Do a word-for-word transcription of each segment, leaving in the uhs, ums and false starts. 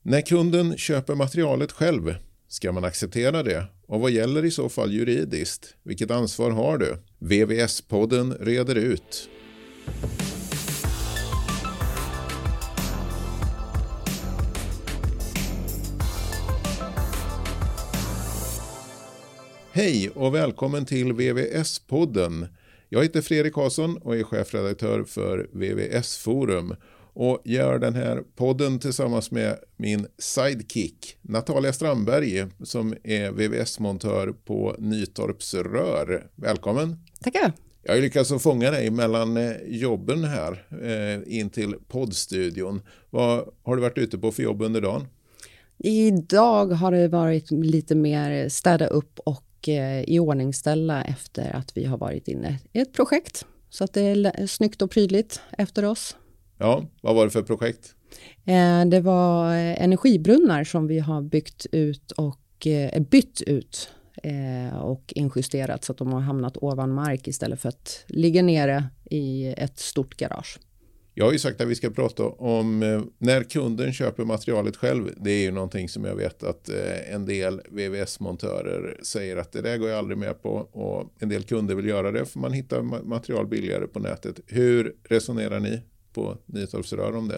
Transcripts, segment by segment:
När kunden köper materialet själv, ska man acceptera det? Och vad gäller i så fall juridiskt? Vilket ansvar har du? V V S-podden reder ut. Hej och välkommen till V V S-podden. Jag heter Fredrik Karlsson och är chefredaktör för V V S-forum. Och gör den här podden tillsammans med min sidekick Natalia Strandberg som är V V S-montör på Nytorps Rör. Välkommen! Tackar! Jag har lyckats att fånga dig mellan jobben här eh, in till poddstudion. Vad har du varit ute på för jobb under dagen? Idag har det varit lite mer städa upp och eh, iordningställa efter att vi har varit inne i ett projekt. Så att det är snyggt och prydligt efter oss. Ja, vad var det för projekt? Eh, det var energibrunnar som vi har byggt ut och eh, bytt ut eh, och injusterat så att de har hamnat ovan mark istället för att ligga nere i ett stort garage. Jag har ju sagt att vi ska prata om eh, när kunden köper materialet själv. Det är ju någonting som jag vet att eh, en del V V S-montörer säger att det där går jag aldrig med på. Och en del kunder vill göra det för man hittar material billigare på nätet. Hur resonerar ni på Nytorps Rör om det?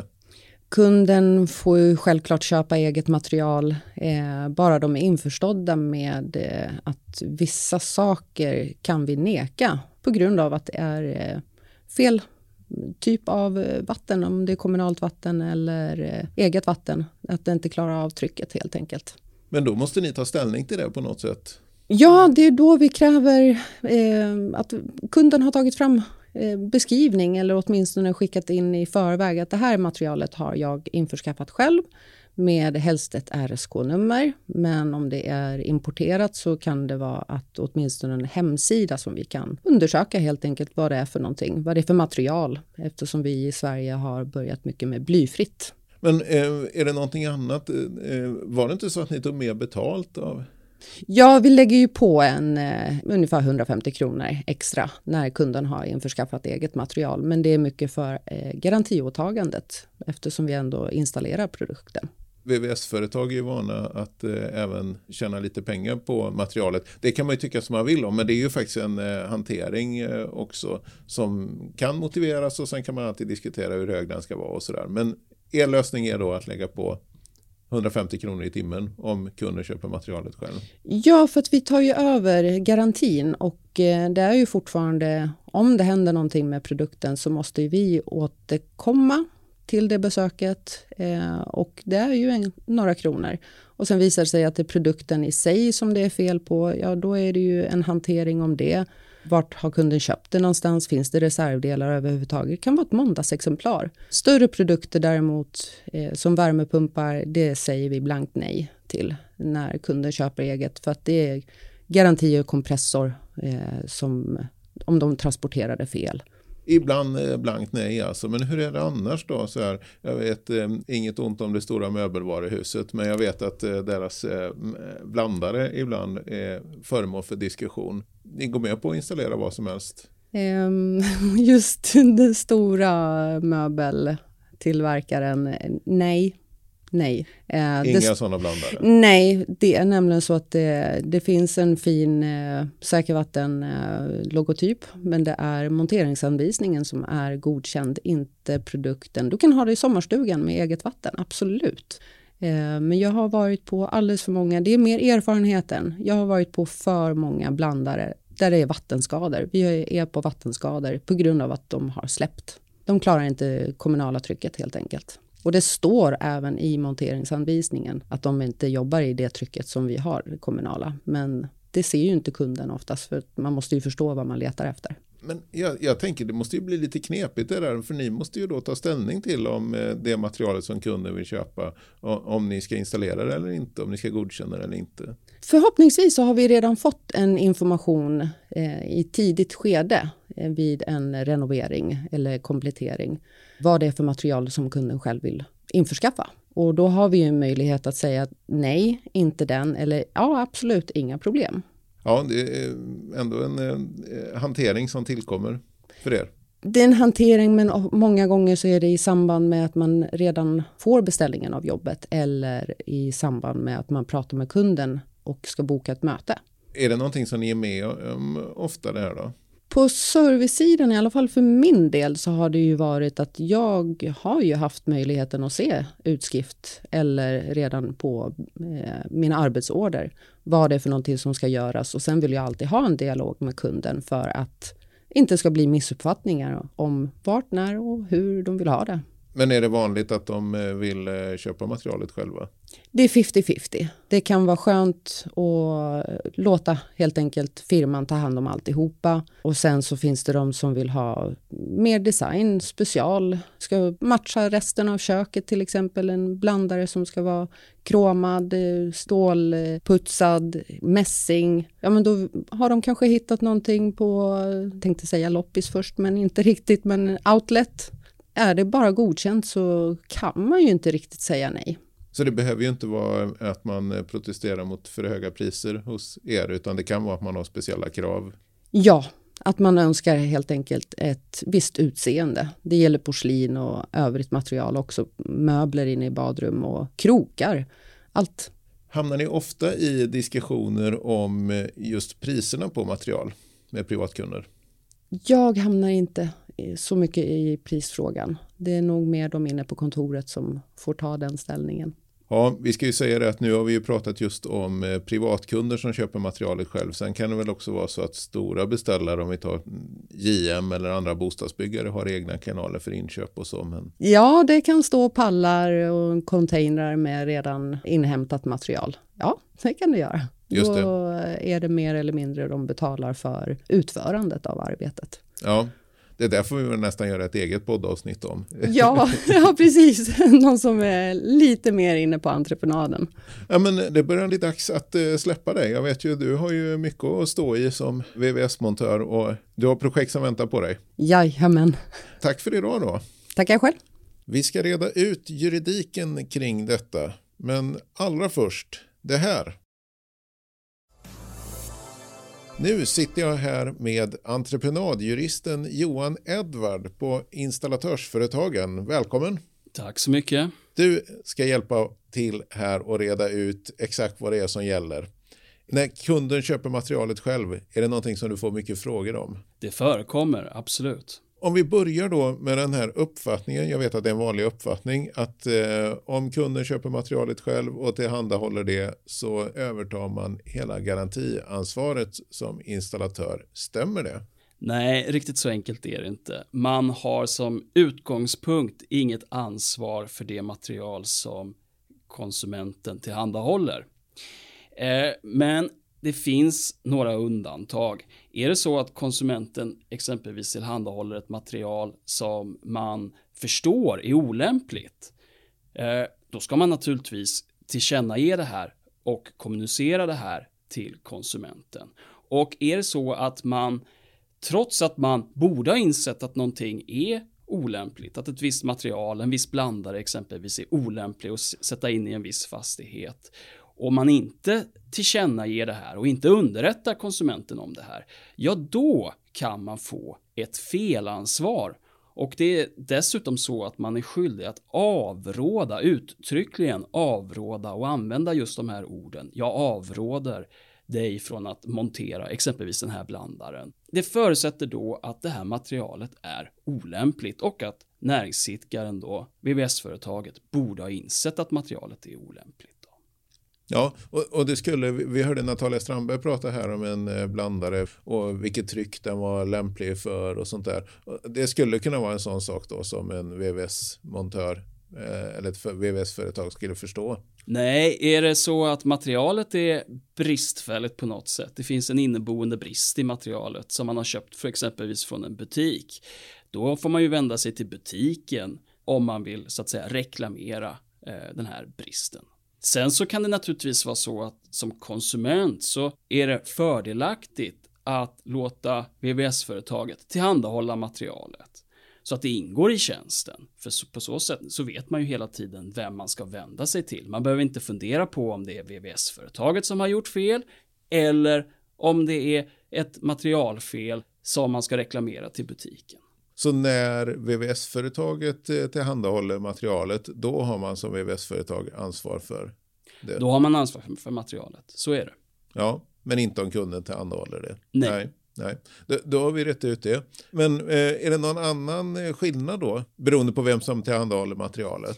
Kunden får ju självklart köpa eget material. Eh, bara de är införstådda med eh, att vissa saker kan vi neka på grund av att det är eh, fel typ av vatten, om det är kommunalt vatten eller eh, eget vatten. Att det inte klarar av trycket helt enkelt. Men då måste ni ta ställning till det på något sätt? Ja, det är då vi kräver eh, att kunden har tagit fram eh, beskrivning eller åtminstone skickat in i förväg att det här materialet har jag införskaffat själv med helst ett R S K-nummer. Men om det är importerat så kan det vara att åtminstone en hemsida som vi kan undersöka helt enkelt vad det är för någonting. Vad det är för material eftersom vi i Sverige har börjat mycket med blyfritt. Men eh, är det någonting annat? Eh, var det inte så att ni tog mer betalt av? Ja, vi lägger ju på en eh, ungefär hundrafemtio kronor extra när kunden har införskaffat eget material. Men det är mycket för eh, garantiåtagandet eftersom vi ändå installerar produkten. V V S-företag är ju vana att eh, även tjäna lite pengar på materialet. Det kan man ju tycka som man vill om, men det är ju faktiskt en eh, hantering eh, också som kan motiveras och sen kan man alltid diskutera hur hög den ska vara och sådär. Men er lösning är då att lägga på hundrafemtio kronor i timmen om kunden köper materialet själv. Ja, för att vi tar ju över garantin och eh, det är ju fortfarande, om det händer någonting med produkten så måste vi återkomma till det besöket eh, och det är ju en, några kronor. Och sen visar det sig att det är produkten i sig som det är fel på, ja då är det ju en hantering om det. Vart har kunden köpt det någonstans? Finns det reservdelar överhuvudtaget? Det kan vara ett måndagsexemplar. Större produkter däremot eh, som värmepumpar, det säger vi blankt nej till när kunden köper eget. För att det är garanti och kompressor eh, som, om de transporterar det fel. Ibland eh, blankt nej alltså, men hur är det annars då? Så här, jag vet eh, inget ont om det stora möbelvaruhuset, men jag vet att eh, deras eh, blandare ibland är föremål för diskussion. Ni går med på att installera vad som helst? Um, just den stora möbeltillverkaren, nej. Nej. Eh, Inga det, sådana blandare? Nej, det är nämligen så att det, det finns en fin eh, säkervatten-logotyp. Eh, men det är monteringsanvisningen som är godkänd, inte produkten. Du kan ha det i sommarstugan med eget vatten, absolut. Eh, men jag har varit på alldeles för många, det är mer erfarenheten. Jag har varit på för många blandare där det är vattenskador. Vi är på vattenskador på grund av att de har släppt. De klarar inte kommunala trycket helt enkelt. Och det står även i monteringsanvisningen att de inte jobbar i det trycket som vi har, det kommunala. Men det ser ju inte kunden oftast för man måste ju förstå vad man letar efter. Men jag, jag tänker det måste ju bli lite knepigt det där, för ni måste ju då ta ställning till om det materialet som kunden vill köpa, om ni ska installera det eller inte, om ni ska godkänna det eller inte. Förhoppningsvis så har vi redan fått en information eh, i tidigt skede eh, vid en renovering eller komplettering. Vad det är för material som kunden själv vill införskaffa. Och då har vi ju en möjlighet att säga nej, inte den, eller ja absolut, inga problem. Ja, det är ändå en eh, hantering som tillkommer för er. Det är en hantering, men många gånger så är det i samband med att man redan får beställningen av jobbet eller i samband med att man pratar med kunden och ska boka ett möte. Är det någonting som ni är med om ofta det här då? På servicesidan, i alla fall för min del, så har det ju varit att jag har ju haft möjligheten att se utskrift eller redan på eh, mina arbetsorder vad det är för någonting som ska göras, och sen vill jag alltid ha en dialog med kunden för att inte ska bli missuppfattningar om vart, när och hur de vill ha det. Men är det vanligt att de vill köpa materialet själva? Det är femtio femtio. Det kan vara skönt att låta helt enkelt firman ta hand om alltihopa. Och sen så finns det de som vill ha mer design, special. Ska matcha resten av köket, till exempel en blandare som ska vara kromad, stålputsad, mässing. Ja, men då har de kanske hittat någonting på, tänkte säga loppis först, men inte riktigt, men outlet. Är det bara godkänt så kan man ju inte riktigt säga nej. Så det behöver ju inte vara att man protesterar mot för höga priser hos er, utan det kan vara att man har speciella krav? Ja, att man önskar helt enkelt ett visst utseende. Det gäller porslin och övrigt material också. Möbler inne i badrum och krokar. Allt. Hamnar ni ofta i diskussioner om just priserna på material med privatkunder? Jag hamnar inte så mycket i prisfrågan. Det är nog mer de inne på kontoret som får ta den ställningen. Ja, vi ska ju säga det att nu har vi ju pratat just om privatkunder som köper materialet själv. Sen kan det väl också vara så att stora beställare, om vi tar J M eller andra bostadsbyggare, har egna kanaler för inköp och så. Men... Ja, det kan stå pallar och containrar med redan inhämtat material. Ja, det kan det göra. Just det. Då är det mer eller mindre de betalar för utförandet av arbetet. Ja. Det där får vi väl nästan göra ett eget poddavsnitt om. Ja, ja, precis. Någon som är lite mer inne på entreprenaden. Ja, men det börjar bli dags att släppa dig. Jag vet ju, du har ju mycket att stå i som V V S-montör och du har projekt som väntar på dig. Jajamän. Tack för idag då. Tackar själv. Vi ska reda ut juridiken kring detta. Men allra först, det här. Nu sitter jag här med entreprenadjuristen Johan Edvard på Installatörsföretagen. Välkommen! Tack så mycket. Du ska hjälpa till här och reda ut exakt vad det är som gäller. När kunden köper materialet själv, är det någonting som du får mycket frågor om? Det förekommer, absolut. Om vi börjar då med den här uppfattningen, jag vet att det är en vanlig uppfattning, att eh, om kunden köper materialet själv och tillhandahåller det så övertar man hela garantiansvaret som installatör. Stämmer det? Nej, riktigt så enkelt är det inte. Man har som utgångspunkt inget ansvar för det material som konsumenten tillhandahåller. Eh, men det finns några undantag. Är det så att konsumenten exempelvis tillhandahåller ett material som man förstår är olämpligt, eh, då ska man naturligtvis tillkännage det här och kommunicera det här till konsumenten. Och är det så att man, trots att man borde ha insett att någonting är olämpligt, att ett visst material, en viss blandare exempelvis är olämplig att sätta in i en viss fastighet, och man inte tillkännager det här och inte underrättar konsumenten om det här, ja då kan man få ett felansvar. Och det är dessutom så att man är skyldig att avråda, uttryckligen avråda och använda just de här orden. Jag avråder dig från att montera exempelvis den här blandaren. Det förutsätter då att det här materialet är olämpligt och att näringsidkaren då, V V S-företaget, borde ha insett att materialet är olämpligt. Ja, och, och det skulle, vi hörde Natalia Strandberg prata här om en blandare och vilket tryck den var lämplig för och sånt där. Det skulle kunna vara en sån sak då som en V V S-montör eh, eller ett V V S-företag skulle förstå. Nej, är det så att materialet är bristfälligt på något sätt, det finns en inneboende brist i materialet som man har köpt för exempelvis från en butik, då får man ju vända sig till butiken om man vill så att säga reklamera eh, den här bristen. Sen så kan det naturligtvis vara så att som konsument så är det fördelaktigt att låta V V S-företaget tillhandahålla materialet så att det ingår i tjänsten. För på så sätt så vet man ju hela tiden vem man ska vända sig till. Man behöver inte fundera på om det är V V S-företaget som har gjort fel eller om det är ett materialfel som man ska reklamera till butiken. Så när V V S-företaget tillhandahåller materialet, då har man som V V S-företag ansvar för det? Då har man ansvar för, för materialet, så är det. Ja, men inte om kunden tillhandahåller det? Nej. Nej. Nej, då, då har vi rätt ut det. Men eh, är det någon annan skillnad då, beroende på vem som tillhandahåller materialet?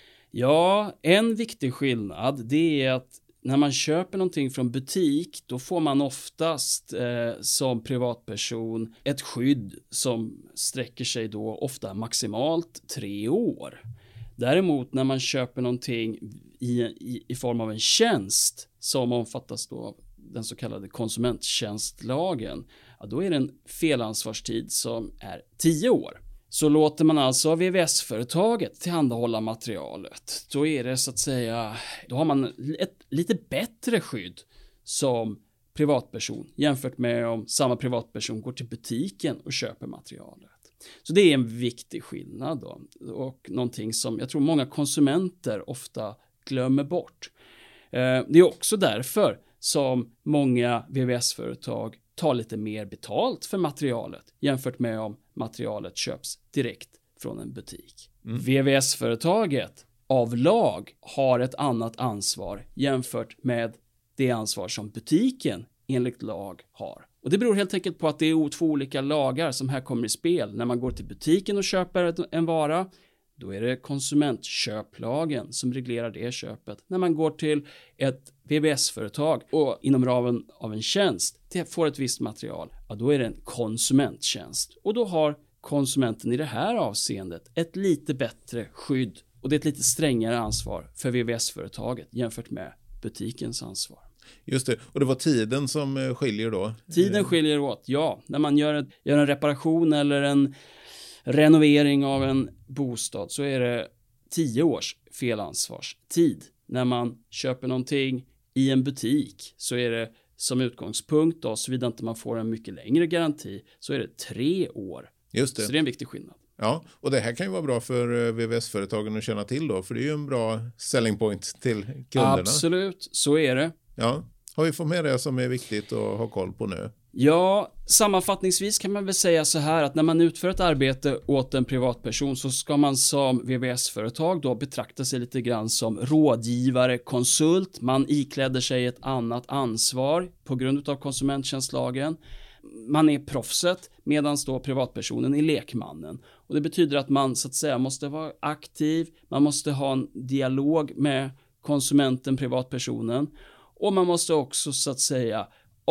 Ja, en viktig skillnad det är att när man köper någonting från butik, då får man oftast eh, som privatperson ett skydd som sträcker sig då ofta maximalt tre år. Däremot när man köper någonting i, i, i form av en tjänst som omfattas då av den så kallade konsumenttjänstlagen, ja, då är det en felansvarstid som är tio år. Så låter man alltså V V S-företaget tillhandahålla materialet, då är det så att säga, då har man ett lite bättre skydd som privatperson jämfört med om samma privatperson går till butiken och köper materialet. Så det är en viktig skillnad då, och någonting som jag tror många konsumenter ofta glömmer bort. Det är också därför som många V V S-företag tar lite mer betalt för materialet jämfört med om materialet köps direkt från en butik. Mm. V V S-företaget av lag har ett annat ansvar jämfört med det ansvar som butiken enligt lag har. Och det beror helt enkelt på att det är två olika lagar som här kommer i spel. När man går till butiken och köper en vara, då är det konsumentköplagen som reglerar det köpet. När man går till ett V V S-företag och inom ramen av en tjänst får ett visst material, ja, då är det en konsumenttjänst. Och då har konsumenten i det här avseendet ett lite bättre skydd och det är ett lite strängare ansvar för V V S-företaget jämfört med butikens ansvar. Just det, och det var tiden som skiljer då? Tiden skiljer åt, ja. När man gör, ett, gör en reparation eller en renovering av en bostad så är det tio års felansvarstid. När man köper någonting i en butik så är det som utgångspunkt då, såvida inte man får en mycket längre garanti, så är det tre år. Just det. Så det är en viktig skillnad. Ja, och det här kan ju vara bra för V V S-företagen att känna till då, för det är ju en bra selling point till kunderna. Absolut, så är det. Ja, har vi fått med det som är viktigt att ha koll på nu? Ja, sammanfattningsvis kan man väl säga så här att när man utför ett arbete åt en privatperson så ska man som V V S-företag då betrakta sig lite grann som rådgivare, konsult. Man ikläder sig ett annat ansvar på grund av konsumenttjänstlagen. Man är proffset medan då privatpersonen är lekmannen. Och det betyder att man så att säga måste vara aktiv, man måste ha en dialog med konsumenten, privatpersonen. Och man måste också så att säga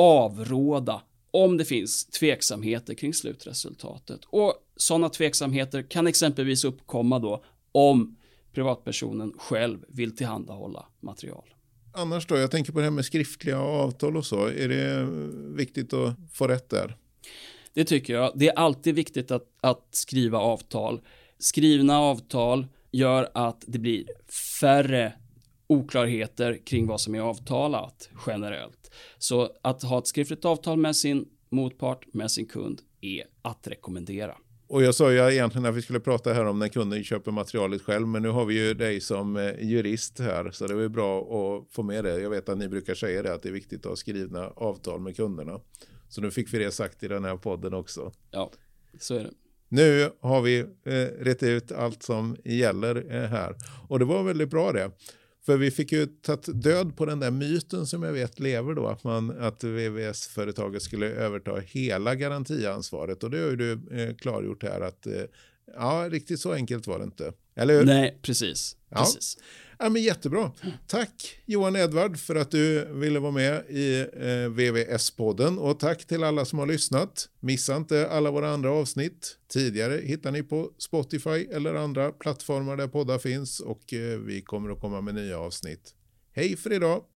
avråda om det finns tveksamheter kring slutresultatet. Och sådana tveksamheter kan exempelvis uppkomma då om privatpersonen själv vill tillhandahålla material. Annars då, jag tänker på det här med skriftliga avtal och så. Är det viktigt att få rätt där? Det tycker jag. Det är alltid viktigt att, att skriva avtal. Skrivna avtal gör att det blir färre oklarheter kring vad som är avtalat generellt. Så att ha ett skriftligt avtal med sin motpart, med sin kund, är att rekommendera. Och jag sa ju egentligen att vi skulle prata här om när kunden köper materialet själv, men nu har vi ju dig som jurist här, så det är bra att få med det. Jag vet att ni brukar säga det, att det är viktigt att ha skrivna avtal med kunderna. Så nu fick vi det sagt i den här podden också. Ja, så är det. Nu har vi eh, rätt ut allt som gäller eh, här. Och det var väldigt bra det. För vi fick ju tagit död på den där myten som jag vet lever då, att, man, att V V S-företaget skulle överta hela garantiansvaret. Och det har ju du eh, klargjort här att eh, ja, riktigt så enkelt var det inte. Eller hur? Nej, precis. Ja. precis. Ja, men jättebra. Tack Johan Edvard för att du ville vara med i eh, V V S-podden. Och tack till alla som har lyssnat. Missa inte alla våra andra avsnitt. Tidigare hittar ni på Spotify eller andra plattformar där poddar finns. Och eh, vi kommer att komma med nya avsnitt. Hej för idag!